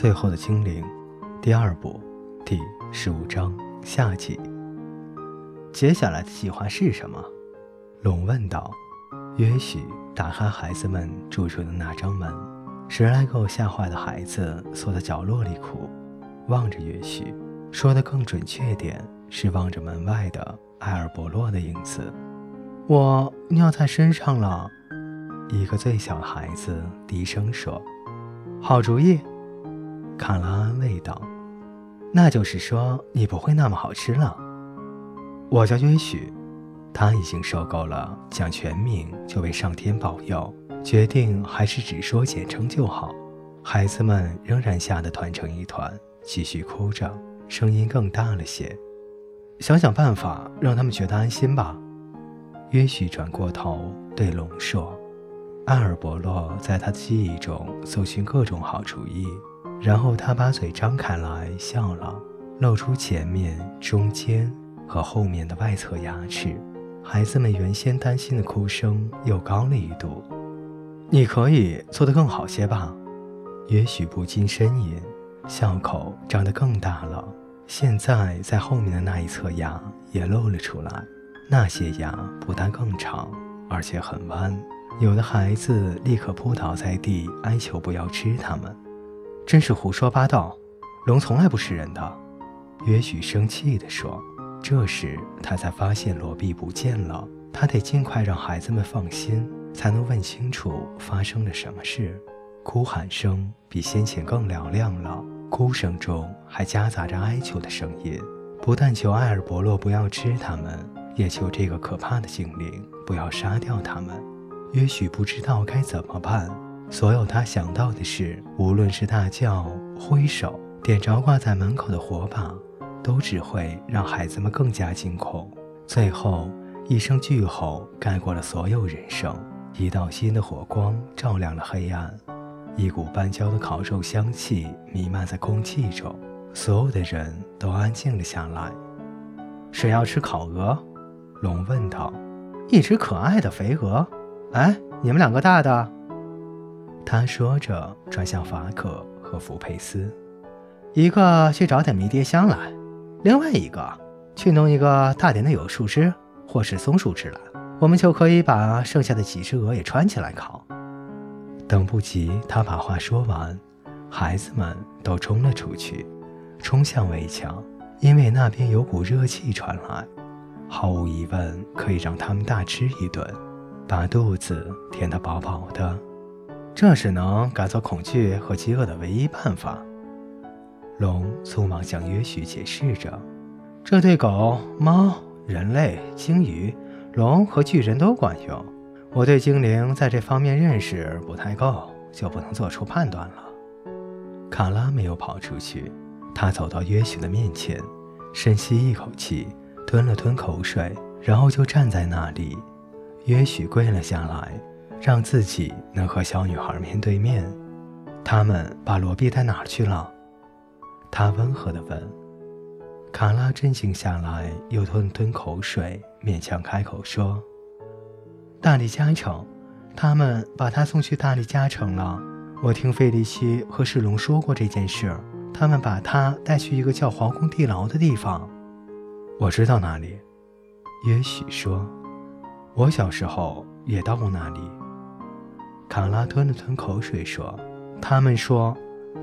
最后的精灵第2部第15章下集。接下来的计划是什么？龙问道。约许打开孩子们住处的那张门，10来个吓坏的孩子缩在角落里哭，望着约许，说得更准确点是望着门外的埃尔伯洛的影子。我尿在身上了，一个最小的孩子低声说。好主意，卡拉安慰道，那就是说你不会那么好吃了。我叫约许，他已经受够了讲全名就被上天保佑，决定还是只说简称就好。孩子们仍然吓得团成一团，继续哭着，声音更大了些。想想办法让他们觉得安心吧。约许转过头对龙说。埃尔伯洛在他的记忆中搜寻各种好主意，然后他把嘴张开来笑了，露出前面、中间和后面的外侧牙齿。孩子们原先担心的哭声又高了一度。你可以做得更好些吧？约许不禁呻吟，笑口张得更大了。现在在后面的那一侧牙也露了出来，那些牙不但更长，而且很弯。有的孩子立刻扑倒在地，哀求不要吃它们。真是胡说八道，龙从来不吃人的。约许生气地说。这时他才发现罗毕不见了，他得尽快让孩子们放心，才能问清楚发生了什么事。哭喊声比先前更嘹亮了，哭声中还夹杂着哀求的声音，不但求埃尔伯洛不要吃他们，也求这个可怕的精灵不要杀掉他们。约许不知道该怎么办，所有他想到的是，无论是大叫、挥手、点着挂在门口的火把，都只会让孩子们更加惊恐。最后一声巨吼盖过了所有人声，一道新的火光照亮了黑暗，一股斑焦的烤肉香气弥漫在空气中，所有的人都安静了下来。谁要吃烤鹅？龙问道。一只可爱的肥鹅。哎，你们2个大的。他说着转向法可和福佩斯，一个去找点迷迭香来，另外一个去弄一个大点的有树枝或是松树枝来，我们就可以把剩下的几只鹅也穿起来烤。等不及他把话说完，孩子们都冲了出去，冲向围墙，因为那边有股热气传来，毫无疑问可以让他们大吃一顿，把肚子填得饱饱的。这是能赶走恐惧和饥饿的唯一办法。龙匆忙向约许解释着，这对狗、猫、人类、鲸鱼、龙和巨人都管用。我对精灵在这方面认识不太够，就不能做出判断了。卡拉没有跑出去，他走到约许的面前，深吸一口气，吞了吞口水，然后就站在那里。约许跪了下来，让自己能和小女孩面对面。他们把罗毕带哪儿去了？他温和地问。卡拉镇静下来，又吞吞口水，勉强开口说，大利加城，他们把他送去大利加城了。我听费利西和世龙说过这件事，他们把他带去一个叫皇宫地牢的地方。我知道哪里。约许说，我小时候也到过那里。卡拉吞了吞口水说，他们说，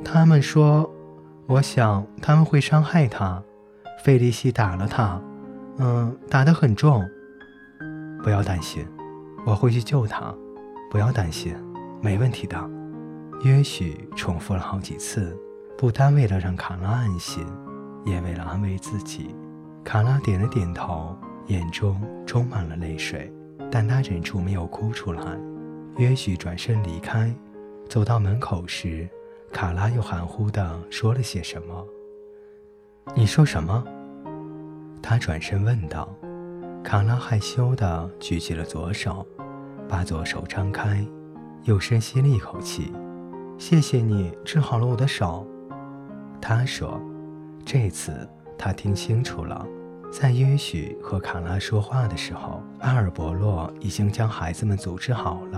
我想他们会伤害他。费利西打了他，打得很重。不要担心，我会去救他，不要担心，没问题的。约许重复了好几次，不单为了让卡拉安心，也为了安慰自己。卡拉点了点头，眼中充满了泪水，但他忍住没有哭出来。约许转身离开，走到门口时，卡拉又含糊地说了些什么。你说什么？他转身问道。卡拉害羞地举起了左手，把左手张开，又深吸了一口气。谢谢你治好了我的手。他说。这次他听清楚了，在约许和卡拉说话的时候，阿尔伯洛已经将孩子们组织好了，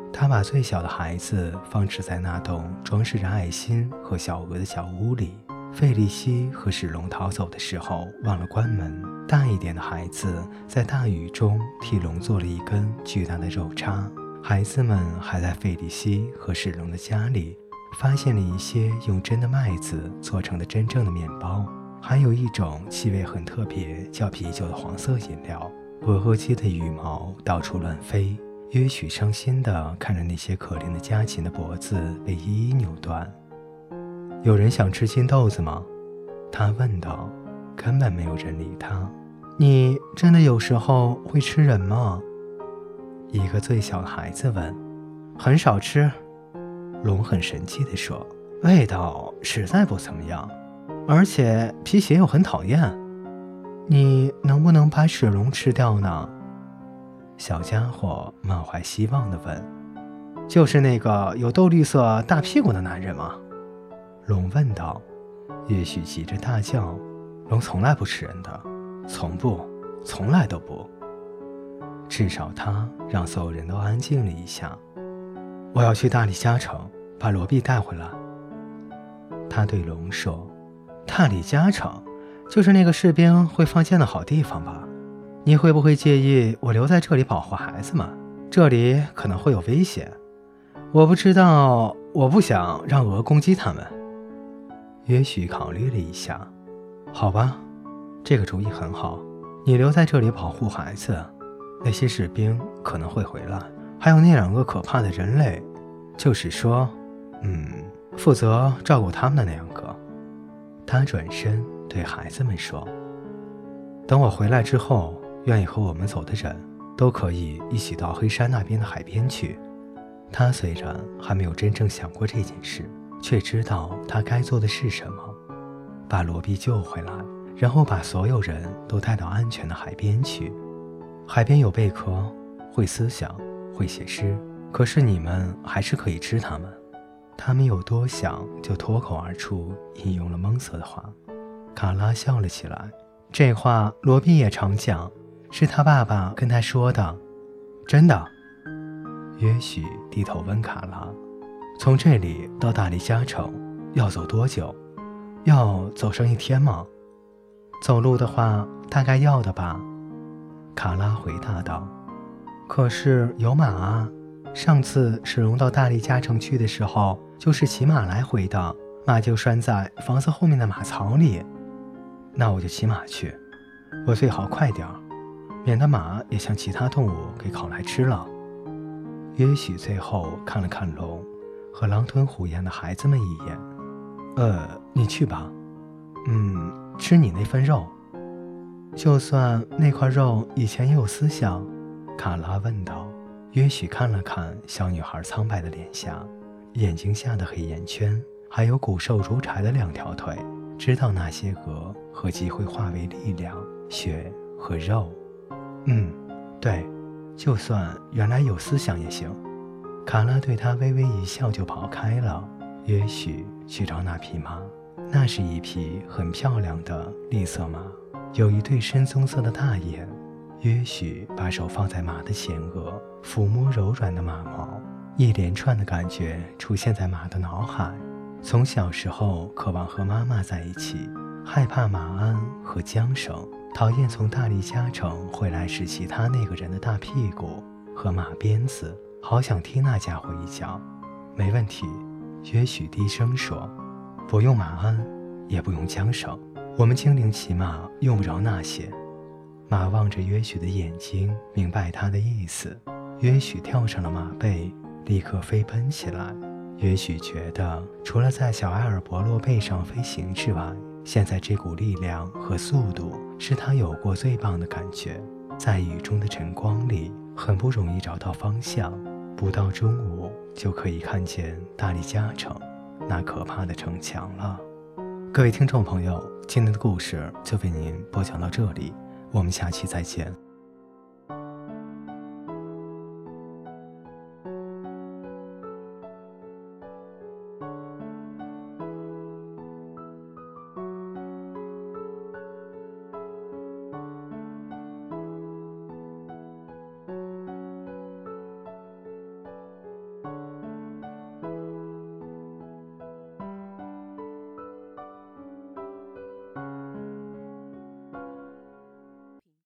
他把最小的孩子放置在那栋装饰着爱心和小鹅的小屋里。费利西和史龙逃走的时候忘了关门。大一点的孩子在大雨中替龙做了一根巨大的肉叉。孩子们还在费利西和史龙的家里发现了一些用真的麦子做成的真正的面包，还有一种气味很特别叫啤酒的黄色饮料。鹅和鸡的羽毛到处乱飞，约许伤心地看着那些可怜的家禽的脖子被一一扭断。有人想吃金豆子吗？他问道。根本没有人理他。你真的有时候会吃人吗？一个最小的孩子问。很少吃。龙很神气地说，味道实在不怎么样，而且皮鞋又很讨厌。你能不能把史龙吃掉呢？小家伙满怀希望地问。就是那个有豆绿色大屁股的男人吗？龙问道。也许急着大叫，龙从来不吃人的，从来都不。至少他让所有人都安静了一下。我要去大利加城，把罗毕带回来。他对龙说。大利加城就是那个士兵会放箭的好地方吧？你会不会介意我留在这里保护孩子们？这里可能会有危险。我不知道，我不想让鹅攻击他们。约许考虑了一下。好吧，这个主意很好。你留在这里保护孩子，那些士兵可能会回来，还有那2个可怕的人类，就是说，负责照顾他们的那2个。他转身对孩子们说，等我回来之后，愿意和我们走的人都可以一起到黑山那边的海边去。他虽然还没有真正想过这件事，却知道他该做的是什么，把罗毕救回来，然后把所有人都带到安全的海边去。海边有贝壳，会思想，会写诗，可是你们还是可以吃它们。他没有多想，就脱口而出引用了蒙瑟的话。卡拉笑了起来。这话罗毕也常讲，是他爸爸跟他说的。真的？约许低头问卡拉，从这里到大利加城要走多久？要走上1天吗？走路的话大概要的吧。卡拉回答道。可是有马啊，上次史龙到大利加城去的时候就是骑马来回的，马就拴在房子后面的马槽里。那我就骑马去，我最好快点儿，免得马也像其他动物给烤来吃了。约许最后看了看龙和狼吞虎咽的孩子们一眼。你去吧。吃你那份肉。就算那块肉以前也有思想？卡拉问道。约许看了看小女孩苍白的脸颊，眼睛下的黑眼圈，还有骨瘦如柴的2条腿，知道那些鹅和鸡会化为力量、血和肉。对，就算原来有思想也行。卡拉对他微微一笑就跑开了。约许去找那匹马，那是一匹很漂亮的栗色马，有一对深棕色的大眼。约许把手放在马的前额，抚摸柔软的马毛，一连串的感觉出现在马的脑海。从小时候渴望和妈妈在一起，害怕马鞍和缰绳，讨厌从大利加城回来时其他那个人的大屁股和马鞭子，好想踢那家伙一脚。没问题，约许低声说，不用马鞍，也不用缰绳，我们精灵骑马用不着那些。马望着约许的眼睛，明白他的意思。约许跳上了马背，立刻飞奔起来。约许觉得，除了在小埃尔伯洛背上飞行之外，现在这股力量和速度是他有过最棒的感觉。在雨中的晨光里，很不容易找到方向，不到中午就可以看见大利加城那可怕的城墙了。各位听众朋友，今天的故事就为您播讲到这里，我们下期再见。